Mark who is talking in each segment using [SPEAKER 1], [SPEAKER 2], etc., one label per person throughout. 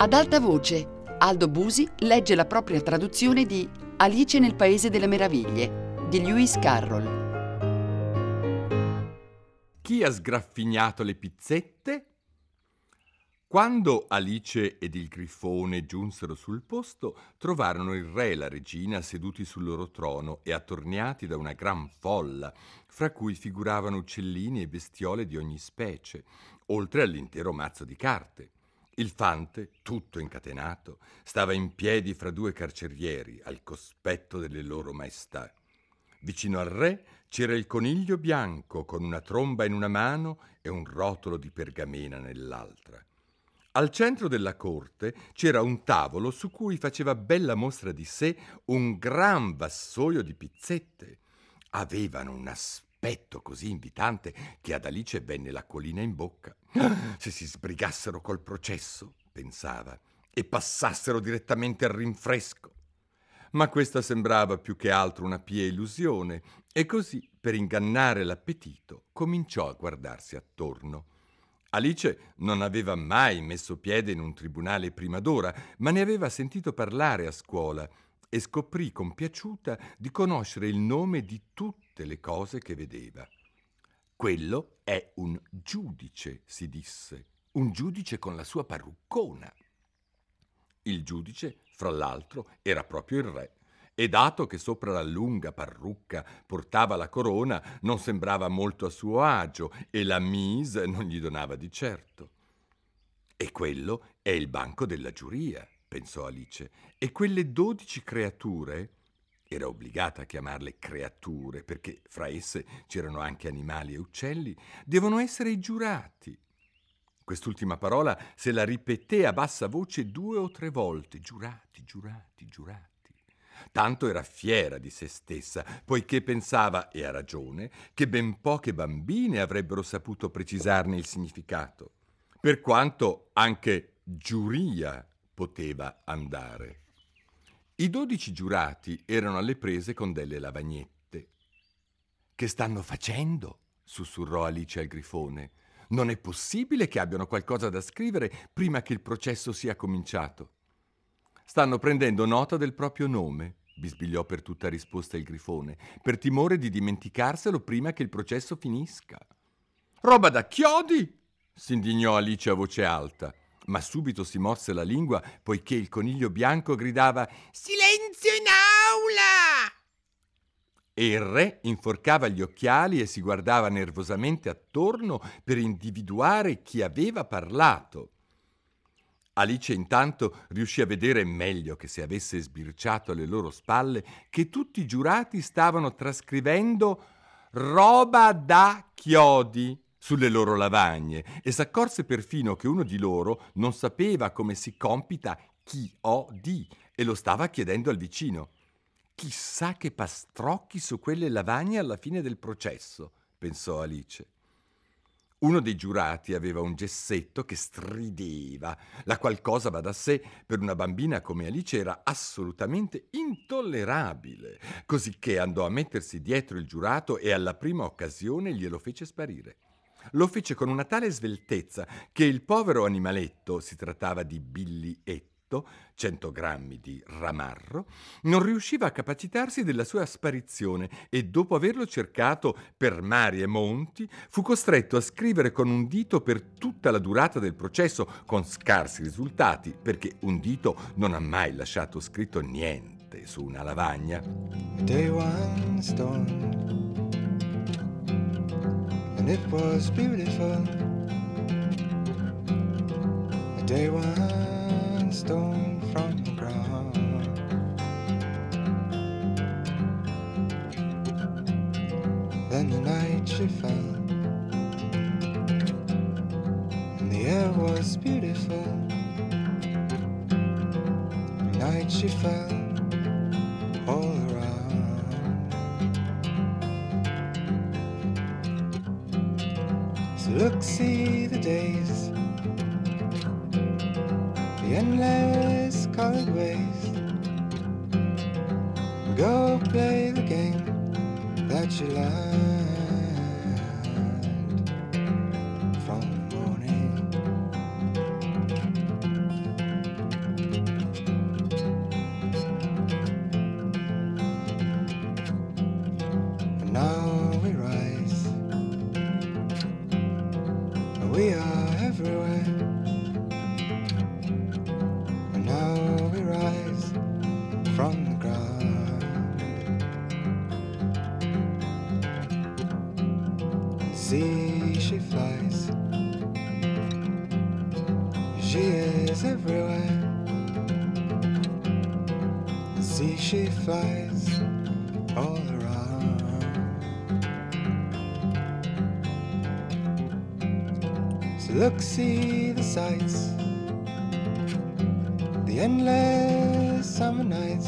[SPEAKER 1] Ad alta voce, Aldo Busi legge la propria traduzione di Alice nel Paese delle Meraviglie di Lewis Carroll.
[SPEAKER 2] Chi ha sgraffignato le pizzette? Quando Alice ed il grifone giunsero sul posto, trovarono il re e la regina seduti sul loro trono e attorniati da una gran folla, fra cui figuravano uccellini e bestiole di ogni specie, oltre all'intero mazzo di carte. Il fante, tutto incatenato, stava in piedi fra due carcerieri, al cospetto delle loro maestà. Vicino al re c'era il coniglio bianco con una tromba in una mano e un rotolo di pergamena nell'altra. Al centro della corte c'era un tavolo su cui faceva bella mostra di sé un gran vassoio di pizzette. Avevano un aspetto così invitante che ad Alice venne l'acquolina in bocca. Se si sbrigassero col processo, pensava, e passassero direttamente al rinfresco. Ma questa sembrava più che altro una pia illusione e così, per ingannare l'appetito, cominciò a guardarsi attorno. Alice non aveva mai messo piede in un tribunale prima d'ora, ma ne aveva sentito parlare a scuola e scoprì compiaciuta di conoscere il nome di tutte le cose che vedeva. Quello è un giudice, si disse, un giudice con la sua parruccona. Il giudice, fra l'altro, era proprio il re, e dato che sopra la lunga parrucca portava la corona, non sembrava molto a suo agio e la mise non gli donava di certo. E quello è il banco della giuria, pensò Alice, e quelle 12 creature, era obbligata a chiamarle creature perché fra esse c'erano anche animali e uccelli, devono essere i giurati. Quest'ultima parola se la ripeté a bassa voce 2 o 3 volte, giurati, giurati, giurati. Tanto era fiera di se stessa, poiché pensava, e ha ragione, che ben poche bambine avrebbero saputo precisarne il significato, per quanto anche giuria poteva andare. I 12 giurati erano alle prese con delle lavagnette. «Che stanno facendo?» sussurrò Alice al grifone. «Non è possibile che abbiano qualcosa da scrivere prima che il processo sia cominciato». «Stanno prendendo nota del proprio nome», bisbigliò per tutta risposta il grifone, «per timore di dimenticarselo prima che il processo finisca». «Roba da chiodi!» s'indignò Alice a voce alta, ma subito si morse la lingua poiché il coniglio bianco gridava «Silenzio in aula!» E il re inforcava gli occhiali e si guardava nervosamente attorno per individuare chi aveva parlato. Alice intanto riuscì a vedere meglio che se avesse sbirciato alle loro spalle che tutti i giurati stavano trascrivendo «roba da chiodi» sulle loro lavagne e s'accorse perfino che uno di loro non sapeva come si compita chi-o-di e lo stava chiedendo al vicino. «Chissà che pastrocchi su quelle lavagne alla fine del processo», pensò Alice. Uno dei giurati aveva un gessetto che strideva, la qual cosa va da sé per una bambina come Alice era assolutamente intollerabile, cosicché andò a mettersi dietro il giurato e alla prima occasione glielo fece sparire. Lo fece con una tale sveltezza che il povero animaletto, si trattava di Billyetto, 100 grammi di ramarro, non riusciva a capacitarsi della sua sparizione e dopo averlo cercato per mari e monti fu costretto a scrivere con un dito per tutta la durata del processo con scarsi risultati perché un dito non ha mai lasciato scritto niente su una lavagna.
[SPEAKER 3] Day one storm and it was beautiful. A day one stone from the ground. Then the night she fell, and the air was beautiful. The night she fell all around. So look, see the days, the endless colored ways. Go play the game that you learned from morning We are everywhere, and now we rise from the ground. See, she flies. She is everywhere. See, she flies all around. So look, see the sights, the endless summer nights.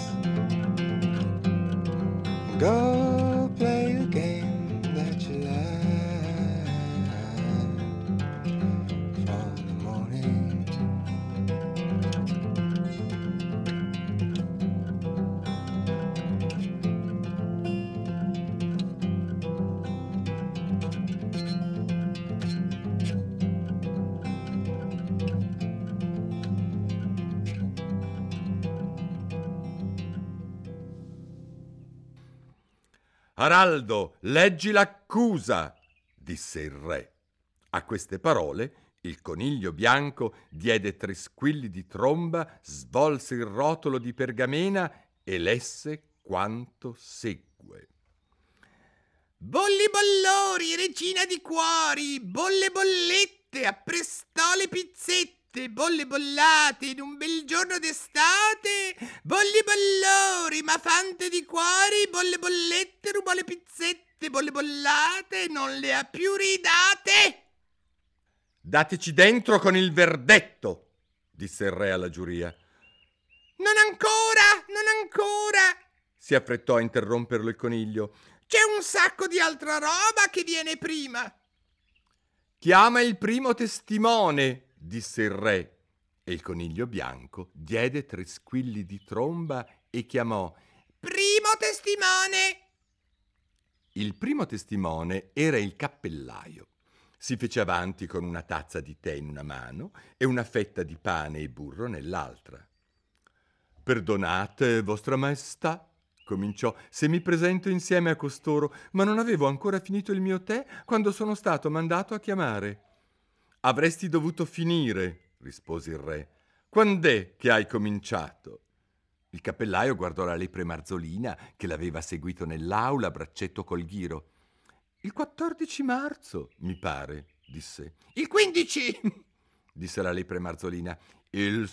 [SPEAKER 3] Go play the game that you like from the morning.
[SPEAKER 2] Araldo, leggi l'accusa, disse il re. A queste parole il coniglio bianco diede 3 squilli di tromba, svolse il rotolo di pergamena e lesse quanto segue.
[SPEAKER 4] Bolli bollori, regina di cuori, bolle bollette, apprestò le pizzette, bolle bollate in un bel giorno d'estate, bolli bollori, ma fante di cuori, bolle bollette, rubò le pizzette, bolle bollate, non le ha più ridate.
[SPEAKER 2] Dateci dentro con il verdetto, disse il re alla giuria.
[SPEAKER 4] Non ancora, non ancora,
[SPEAKER 2] Si affrettò a interromperlo il coniglio.
[SPEAKER 4] c'è un sacco di altra roba che viene prima.
[SPEAKER 2] Chiama il primo testimone, disse il re. E il coniglio bianco diede 3 squilli di tromba e chiamò.
[SPEAKER 4] Primo testimone.
[SPEAKER 2] Il primo testimone era il cappellaio. Si fece avanti con una tazza di tè in una mano e una fetta di pane e burro nell'altra. Perdonate, vostra maestà, cominciò, se mi presento insieme a costoro, ma non avevo ancora finito il mio tè quando sono stato mandato a chiamare. Avresti dovuto finire, rispose il re. Quand'è che hai cominciato? Il cappellaio guardò la lepre Marzolina che l'aveva seguito nell'aula a braccetto col ghiro. Il 14 marzo, mi pare, disse.
[SPEAKER 4] Il 15.
[SPEAKER 2] Disse la lepre Marzolina. Il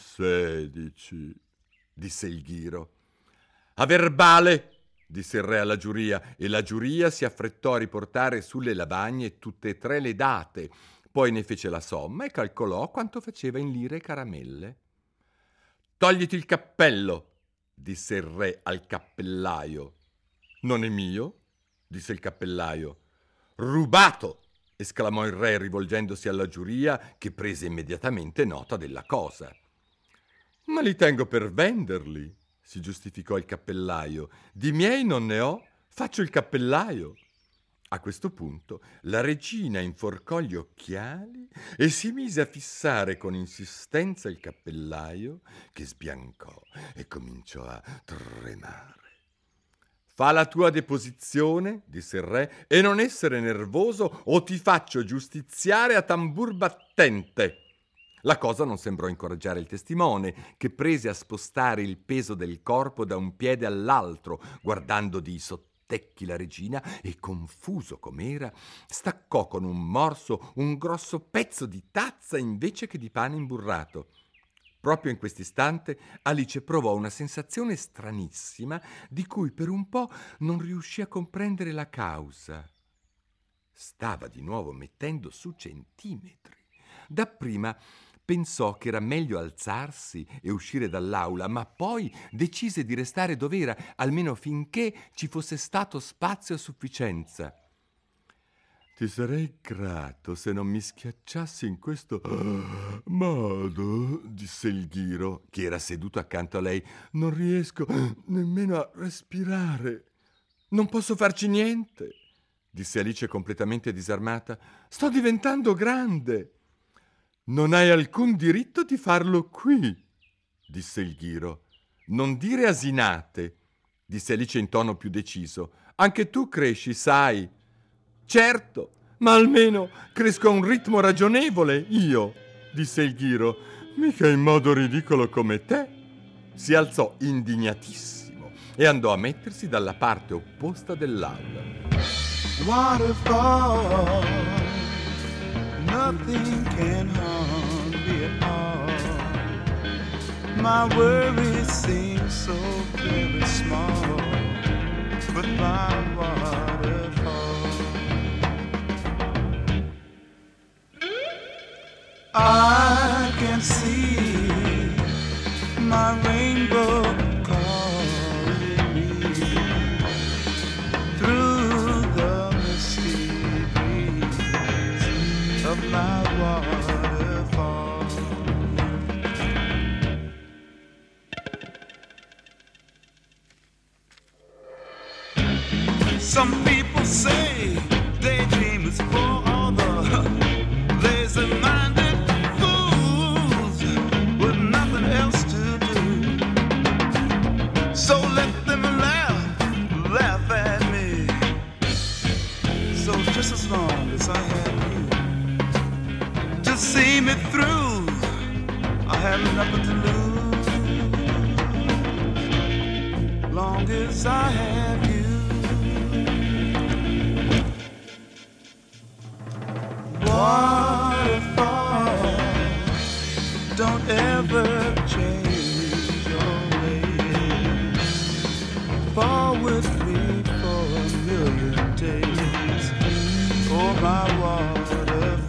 [SPEAKER 2] 16, disse il ghiro. A verbale, disse il re alla giuria, e la giuria si affrettò a riportare sulle lavagne tutte e 3 le date. Poi ne fece la somma e calcolò quanto faceva in lire e caramelle. Togliti il cappello, disse il re al cappellaio. Non è mio, disse il cappellaio. Rubato, esclamò il re rivolgendosi alla giuria, che prese immediatamente nota della cosa. Ma li tengo per venderli, si giustificò il cappellaio. Di miei non ne ho, faccio il cappellaio. A questo punto la regina inforcò gli occhiali e si mise a fissare con insistenza il cappellaio, che sbiancò e cominciò a tremare. Fa la tua deposizione, disse il re, e non essere nervoso o ti faccio giustiziare a tambur battente. La cosa non sembrò incoraggiare il testimone, che prese a spostare il peso del corpo da un piede all'altro, guardando di sottecchi la regina e, confuso com'era, staccò con un morso un grosso pezzo di tazza invece che di pane imburrato. Proprio in quest'istante Alice provò una sensazione stranissima di cui per un po' non riuscì a comprendere la causa. Stava di nuovo mettendo su centimetri. Dapprima pensò che era meglio alzarsi e uscire dall'aula, ma poi decise di restare dov'era, almeno finché ci fosse stato spazio a sufficienza. Ti sarei grato se non mi schiacciassi in questo modo, disse il ghiro, che era seduto accanto a lei. Non riesco nemmeno a respirare. Non posso farci niente, disse Alice completamente disarmata. Sto diventando grande. Non hai alcun diritto di farlo qui, disse il ghiro. Non dire asinate, disse Alice in tono più deciso. Anche tu cresci, sai. Certo, Ma almeno cresco a un ritmo ragionevole, io, disse il ghiro, mica in modo ridicolo come te. Si alzò indignatissimo e andò a mettersi dalla parte opposta dell'aula.
[SPEAKER 3] Waterfall, nothing can harm me at all. My worries seem so very small, but my waterfall, I can see my rainbow calling me through the misty breeze of my waterfall. Some people say daydream is for all the lazy-minded fools with nothing else to do. So let them laugh at me. So just as long as I have you to see me through, I have nothing to lose. Long as I have you. Waterfall, don't ever change your ways. Fall with me for a million days, for my waterfall.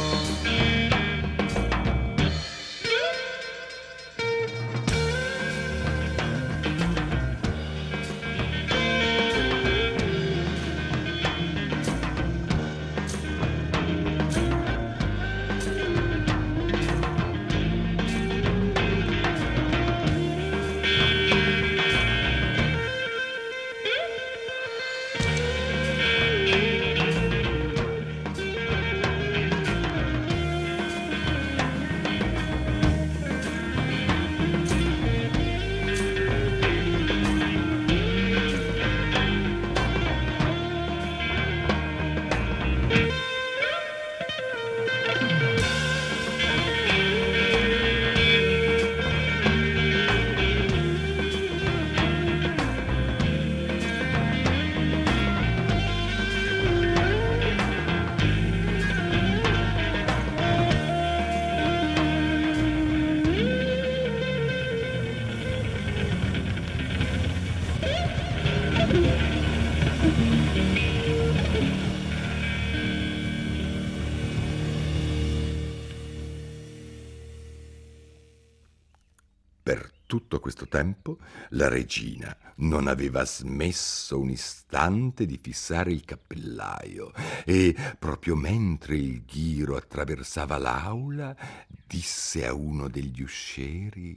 [SPEAKER 2] Per tutto questo tempo la regina non aveva smesso un istante di fissare il cappellaio e, proprio mentre il ghiro attraversava l'aula, disse a uno degli uscieri: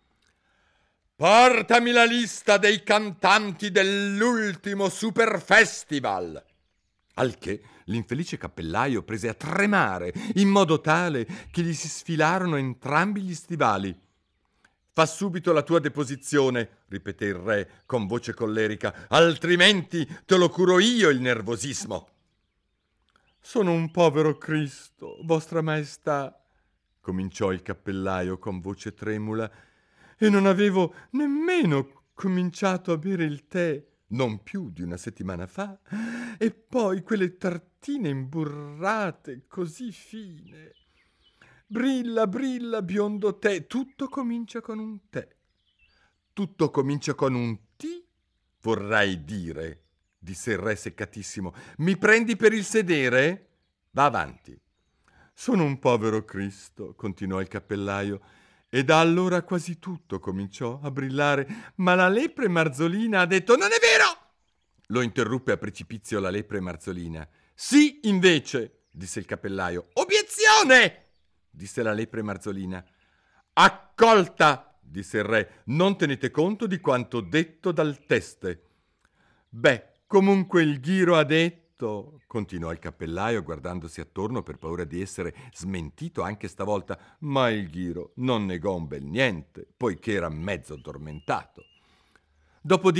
[SPEAKER 2] «Portami la lista dei cantanti dell'ultimo Super Festival!» Al che l'infelice cappellaio prese a tremare in modo tale che gli si sfilarono entrambi gli stivali. «Fa subito la tua deposizione», ripeté il re con voce collerica, «altrimenti te lo curo io il nervosismo». «Sono un povero Cristo, vostra maestà», cominciò il cappellaio con voce tremula, «e non avevo nemmeno cominciato a bere il tè non più di una settimana fa, e poi quelle tartine imburrate così fine. Brilla, brilla, biondo tè, tutto comincia con un tè. Tutto comincia con un T, vorrai dire», disse il re seccatissimo. «Mi prendi per il sedere? Va avanti». «Sono un povero Cristo», continuò il cappellaio, «e da allora quasi tutto cominciò a brillare, ma la lepre Marzolina ha detto...» «Non è vero!» lo interruppe a precipizio la lepre Marzolina. «Sì, invece», disse il cappellaio. «Obiezione!» disse la lepre Marzolina. «Accolta!» disse il re. «Non tenete conto di quanto detto dal teste». «Beh, comunque il ghiro ha detto», continuò il cappellaio guardandosi attorno per paura di essere smentito anche stavolta, ma il ghiro non negò un bel niente, poiché era mezzo addormentato.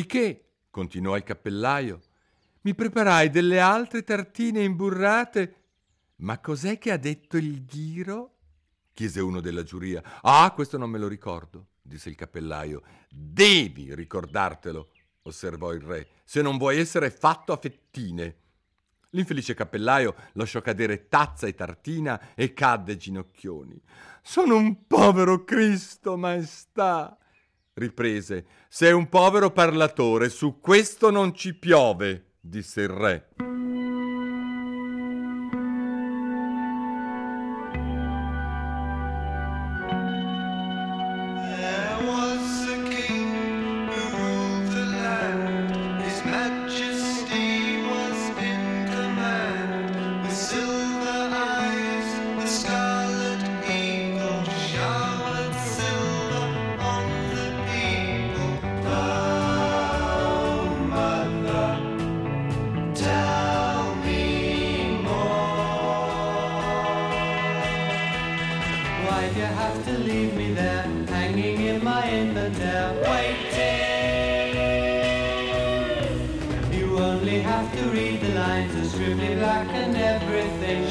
[SPEAKER 2] «Dopodiché», continuò il cappellaio, «mi preparai delle altre tartine imburrate Ma cos'è che ha detto il ghiro? Chiese uno della giuria. Ah, questo non me lo ricordo, disse il cappellaio. Devi ricordartelo, osservò il re, se non vuoi essere fatto a fettine. L'infelice cappellaio lasciò cadere tazza e tartina e cadde ginocchioni. Sono un povero Cristo, maestà, riprese. Sei un povero parlatore, su questo non ci piove, disse il re.
[SPEAKER 5] Why'd you have to leave me there, hanging in my infant air, waiting? You only have to read the lines, are scribbly black and everything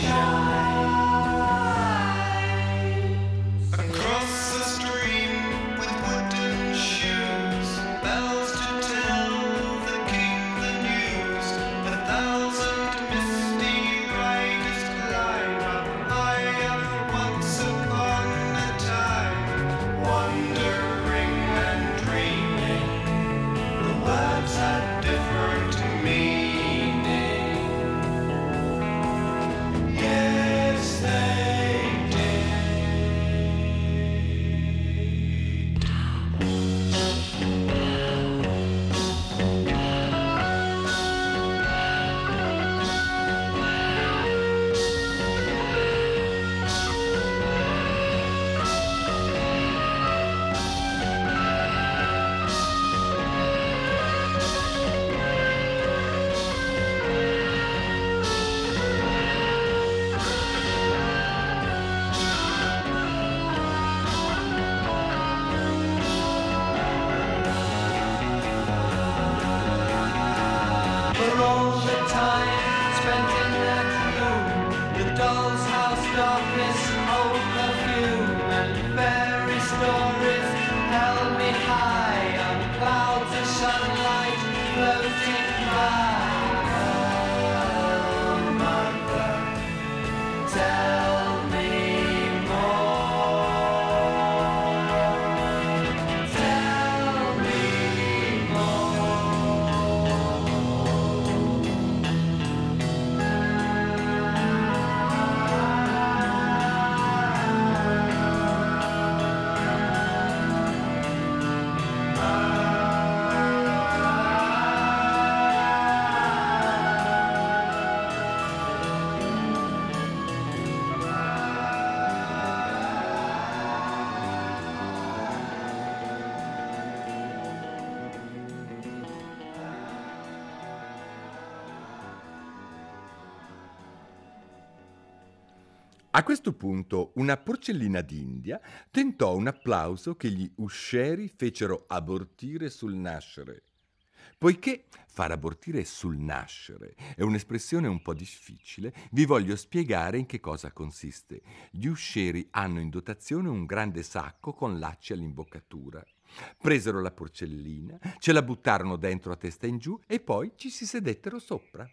[SPEAKER 5] shines.
[SPEAKER 3] Across the stream with wooden shoes, bells to tell the king the news. 1,000 misty riders climb up higher once upon a time, wandering and dreaming. The words had different meaning. Yes, they did.
[SPEAKER 5] For all the time spent in that room, the doll's house darkness, old perfume, and fairy stories held me high on clouds of sunlight floating by. Oh, mother, tell me more. Tell me more.
[SPEAKER 2] A questo punto una porcellina d'India tentò un applauso che gli uscieri fecero abortire sul nascere. Poiché far abortire sul nascere è un'espressione un po' difficile, vi voglio spiegare in che cosa consiste. Gli uscieri hanno in dotazione un grande sacco con lacci all'imboccatura. Presero la porcellina, ce la buttarono dentro a testa in giù e poi ci si sedettero sopra.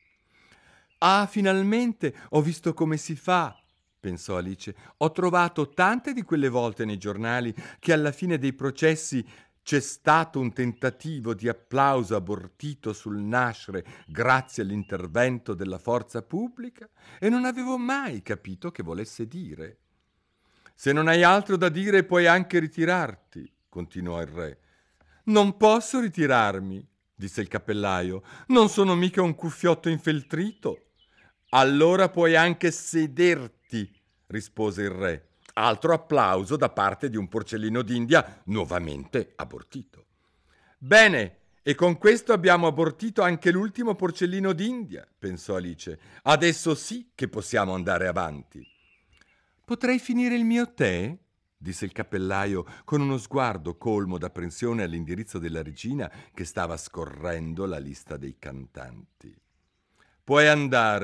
[SPEAKER 2] Ah, finalmente ho visto come si fa, pensò Alice. Ho trovato tante di quelle volte nei giornali che alla fine dei processi c'è stato un tentativo di applauso abortito sul nascere grazie all'intervento della forza pubblica e non avevo mai capito che volesse dire. Se non hai altro da dire puoi anche ritirarti, continuò il re. Non posso ritirarmi, disse il cappellaio. Non sono mica un cuffiotto infeltrito. Allora puoi anche sederti, rispose il re. Altro applauso da parte di un porcellino d'India nuovamente abortito. Bene, e con questo abbiamo abortito anche l'ultimo porcellino d'India, pensò Alice. Adesso sì che possiamo andare avanti. Potrei finire il mio tè? Disse il cappellaio con uno sguardo colmo d'apprensione all'indirizzo della regina che stava scorrendo la lista dei cantanti. Puoi andare,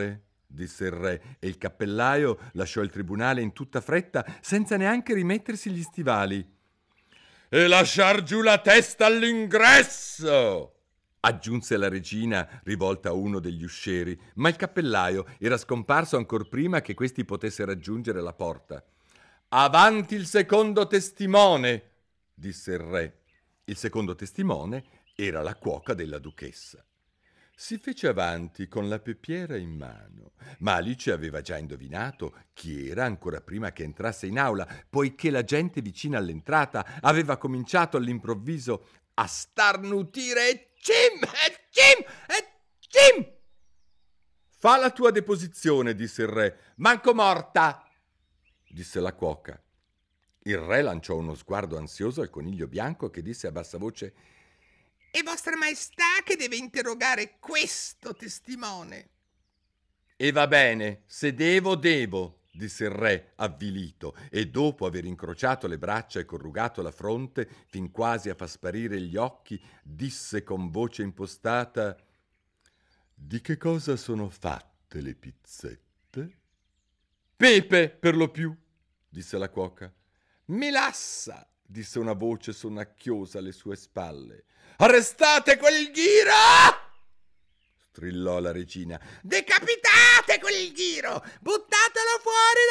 [SPEAKER 2] disse il re, e il cappellaio lasciò il tribunale in tutta fretta, senza neanche rimettersi gli stivali. «E lasciar giù la testa all'ingresso!» aggiunse la regina, rivolta a uno degli uscieri, ma il cappellaio era scomparso ancor prima che questi potesse raggiungere la porta. «Avanti il secondo testimone!» disse il re. Il secondo testimone era la cuoca della duchessa. Si fece avanti con la pepiera in mano, ma Alice aveva già indovinato chi era ancora prima che entrasse in aula, poiché la gente vicina all'entrata aveva cominciato all'improvviso a starnutire «Cim! Cim! Cim!» «Fa la tua deposizione», disse il re. «Manco morta», disse la cuoca. Il re lanciò uno sguardo ansioso al coniglio bianco che disse a bassa voce:
[SPEAKER 4] «È vostra maestà che deve interrogare questo testimone».
[SPEAKER 2] «E va bene, se devo, disse il re avvilito, e dopo aver incrociato le braccia e corrugato la fronte fin quasi a far sparire gli occhi, disse con voce impostata: «Di che cosa sono fatte le pizzette?» «Pepe, per lo più», disse la cuoca. «Melassa», disse una voce sonnacchiosa alle sue spalle. «Arrestate quel ghiro!» strillò la regina.
[SPEAKER 4] «Decapitate quel ghiro! Buttatelo fuori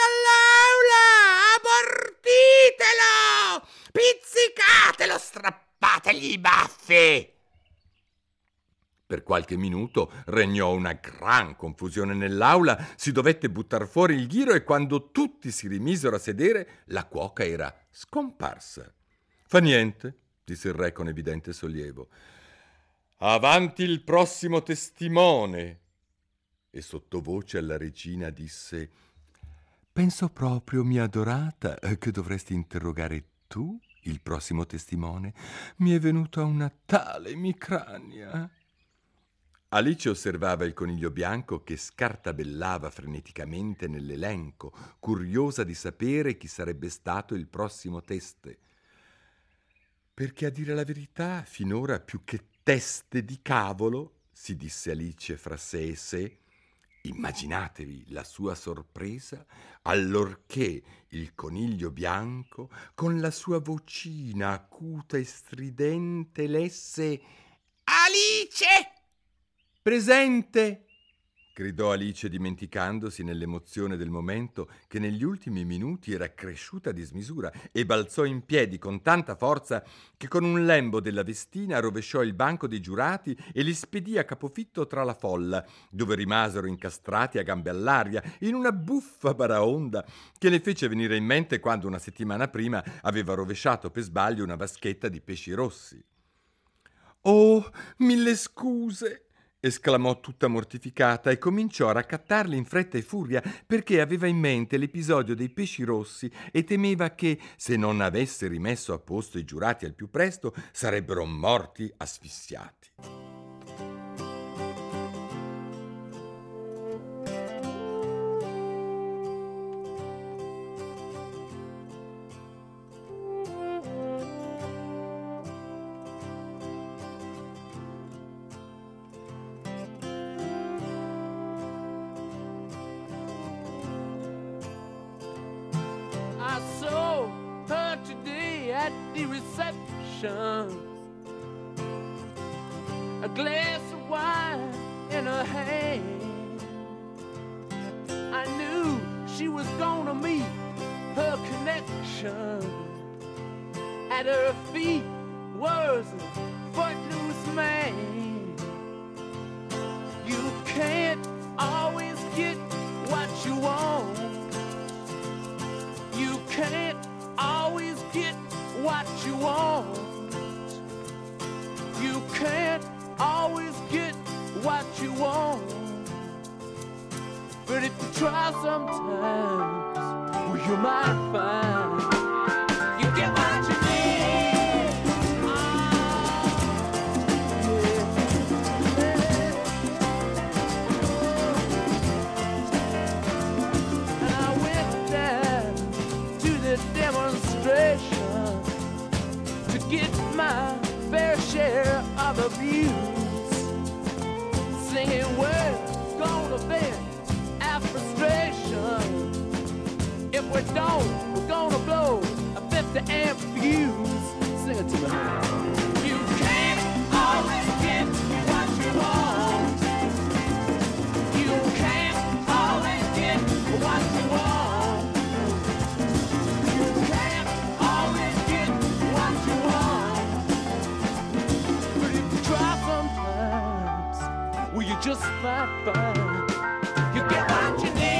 [SPEAKER 4] dall'aula! Abortitelo! Pizzicatelo! Strappategli i baffi!»
[SPEAKER 2] Per qualche minuto regnò una gran confusione nell'aula, si dovette buttar fuori il ghiro e quando tutti si rimisero a sedere, la cuoca era scomparsa. «Fa niente», disse il re con evidente sollievo. «Avanti il prossimo testimone!» E sottovoce alla regina disse: «Penso proprio, mia adorata, che dovresti interrogare tu il prossimo testimone. Mi è venuta una tale emicrania!» Alice osservava il coniglio bianco che scartabellava freneticamente nell'elenco, curiosa di sapere chi sarebbe stato il prossimo teste. «Perché a dire la verità, finora più che teste di cavolo», si disse Alice fra sé e sé, immaginatevi la sua sorpresa allorché il coniglio bianco, con la sua vocina acuta e stridente, lesse:
[SPEAKER 4] «Alice!»
[SPEAKER 2] «Presente!» gridò Alice, dimenticandosi nell'emozione del momento che negli ultimi minuti era cresciuta a dismisura, e balzò in piedi con tanta forza che con un lembo della vestina rovesciò il banco dei giurati e li spedì a capofitto tra la folla, dove rimasero incastrati a gambe all'aria in una buffa baraonda che le fece venire in mente quando una settimana prima aveva rovesciato per sbaglio una vaschetta di pesci rossi. «Oh, mille scuse!» esclamò tutta mortificata e cominciò a raccattarli in fretta e furia perché aveva in mente l'episodio dei pesci rossi e temeva che, se non avesse rimesso a posto i giurati al più presto, sarebbero morti asfissiati.
[SPEAKER 5] At the reception, a glass of wine in her hand. I knew she was gonna meet her connection. At her feet was a footloose man. You can't always get what you want. You can't always get what you want. You can't always get what you want. But if you try sometimes, well, you might find you get what you need. And I went down to the demonstration to get my fair share of abuse, singing we're gonna bend
[SPEAKER 6] to me. You can't always get what you want. You can't always get what you want. You can't always get what you want. But if you try sometimes, well, you just might find you get what you need.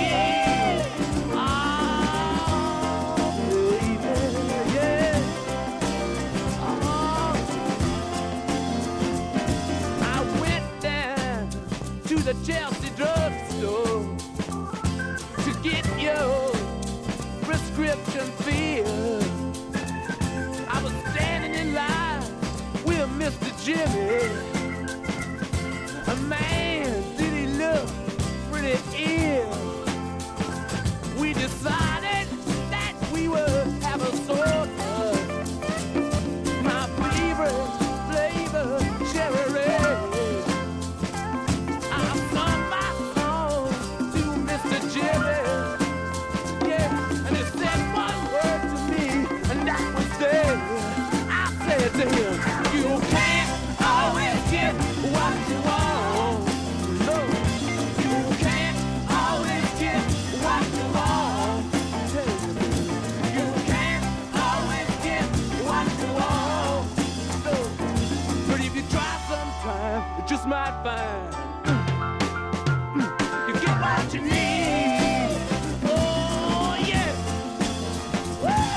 [SPEAKER 6] The Chelsea drugstore to get your prescription filled. I was standing in line with Mr. Jimmy. A man, did he look pretty ill? We decided that we would have a soda. My favorite flavor, cherry red. To him, you can't always get what you want. No, you can't always get what you want. You can't always get what you want. No, but if you try sometime, you just might find you get what you need. Oh yeah. Woo!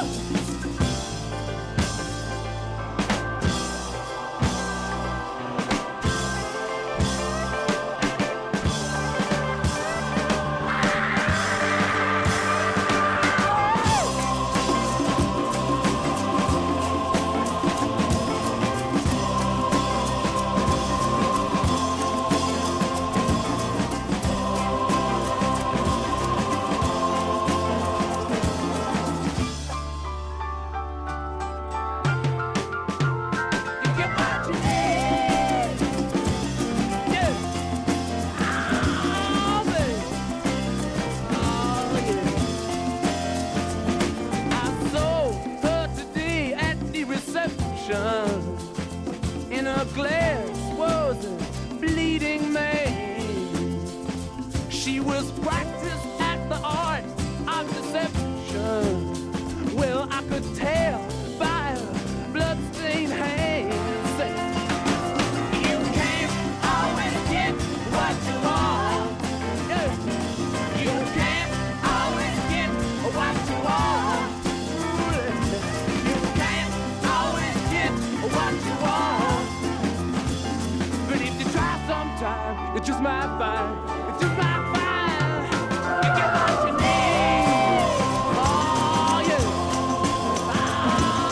[SPEAKER 6] In her glass was a bleeding man. She was practiced at the art of deception. Well, I could tell by her bloodstained hands. You can't always get what you want. You can't always get what you want. You can't always get what you want. But if you try sometime, you just might find, you just might find, you get what you need. Oh yeah.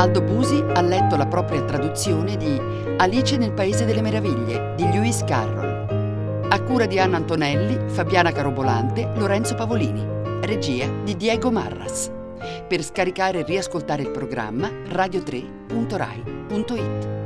[SPEAKER 1] Aldo Busi ha letto la propria traduzione di Alice nel Paese delle Meraviglie di Lewis Carroll. A cura di Anna Antonelli, Fabiana Carobolante, Lorenzo Pavolini. Regia di Diego Marras. Per scaricare e riascoltare il programma radio3.rai.it.